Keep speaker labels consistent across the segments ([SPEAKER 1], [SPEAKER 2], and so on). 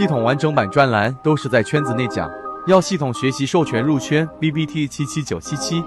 [SPEAKER 1] 系统完整版专栏都是在圈子内讲，要系统学习授权入圈 BBT 77977。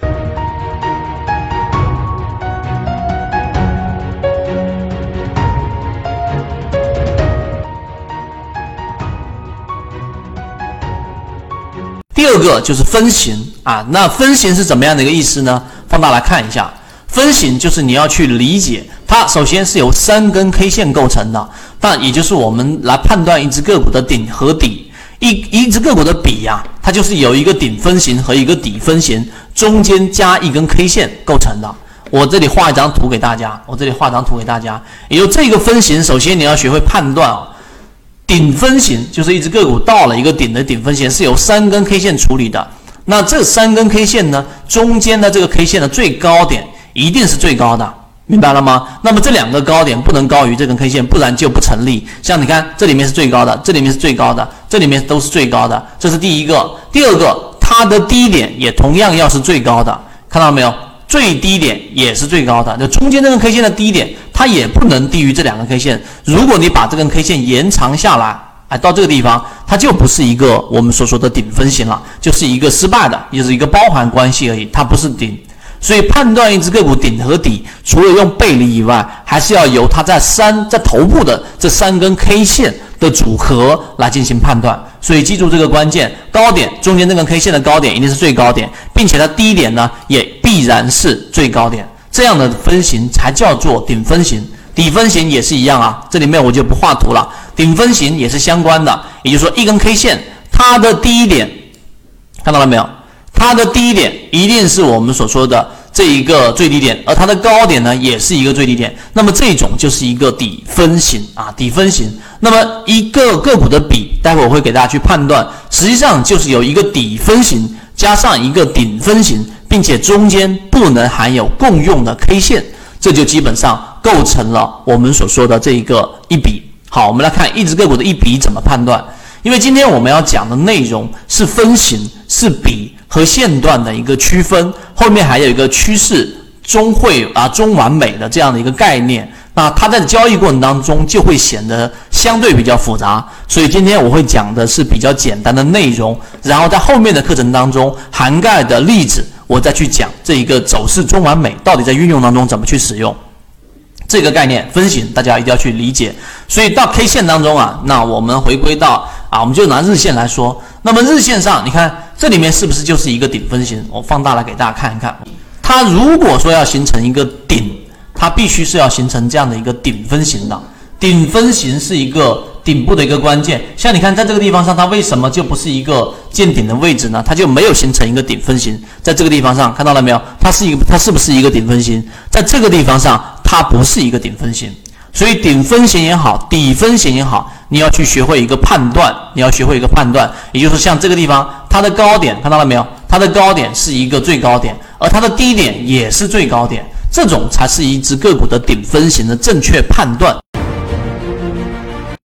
[SPEAKER 2] 第二个就是分型啊，那分型是怎么样的一个意思呢？放大来看一下，分型就是你要去理解它，首先是由3根 K 线构成的，那也就是我们来判断一只个股的顶和底。一只个股的比呀，它就是有一个顶分型和一个底分型，中间加一根 K 线构成的。我这里画一张图给大家，也就这个分型，首先你要学会判断啊。顶分型就是一只个股到了一个顶的顶分型是由3根 K 线处理的，那这3根 K 线呢，中间的这个 K 线的最高点一定是最高的，明白了吗？那么这2个高点不能高于这根 K 线，不然就不成立。像你看，这里面是最高的，这里面是最高的，这里面都是最高的，这是第一个。第二个，它的低点也同样要是最高的，看到了没有？最低点也是最高的，就中间这根 K 线的低点，它也不能低于这2根 K 线。如果你把这根 K 线延长下来，到这个地方，它就不是一个我们所说的顶分型了，就是一个失败的，也是一个包含关系而已，它不是顶。所以判断一只个股顶和底，除了用背离以外，还是要由它在头部的这3根 K 线的组合来进行判断。所以记住这个关键，高点中间这根 K 线的高点一定是最高点，并且它低点呢也必然是最高点，这样的分型才叫做顶分型。底分型也是一样啊，这里面我就不画图了。顶分型也是相关的，也就是说一根 K 线它的低点，看到了没有？它的低点一定是我们所说的这一个最低点，而它的高点呢也是一个最低点，那么这种就是一个底分型啊，底分型。那么一个个股的比，待会我会给大家去判断，实际上就是有一个底分型加上一个顶分型，并且中间不能含有共用的 K 线，这就基本上构成了我们所说的这一个一比。好，我们来看一只个股的一比怎么判断。因为今天我们要讲的内容是分型，是比和线段的一个区分，后面还有一个趋势、中完美的这样的一个概念。那它在交易过程当中就会显得相对比较复杂，所以今天我会讲的是比较简单的内容，然后在后面的课程当中涵盖的例子，我再去讲这一个走势中完美到底在运用当中怎么去使用。这个概念分型大家一定要去理解。所以到 K 线当中啊，那我们回归到我们就拿日线来说，那么日线上你看这里面是不是就是一个顶分型？我放大来给大家看一看，它如果说要形成一个顶，它必须是要形成这样的一个顶分型的。顶分型是一个顶部的一个关键，像你看在这个地方上，它为什么就不是一个见顶的位置呢？它就没有形成一个顶分型。在这个地方上看到了没有？它是不是一个顶分型？在这个地方上它不是一个顶分型。所以顶分型也好，底分型也好，你要去学会一个判断，也就是说像这个地方它的高点看到了没有？它的高点是一个最高点，而它的低点也是最高点，这种才是一只个股的顶分型的正确判断。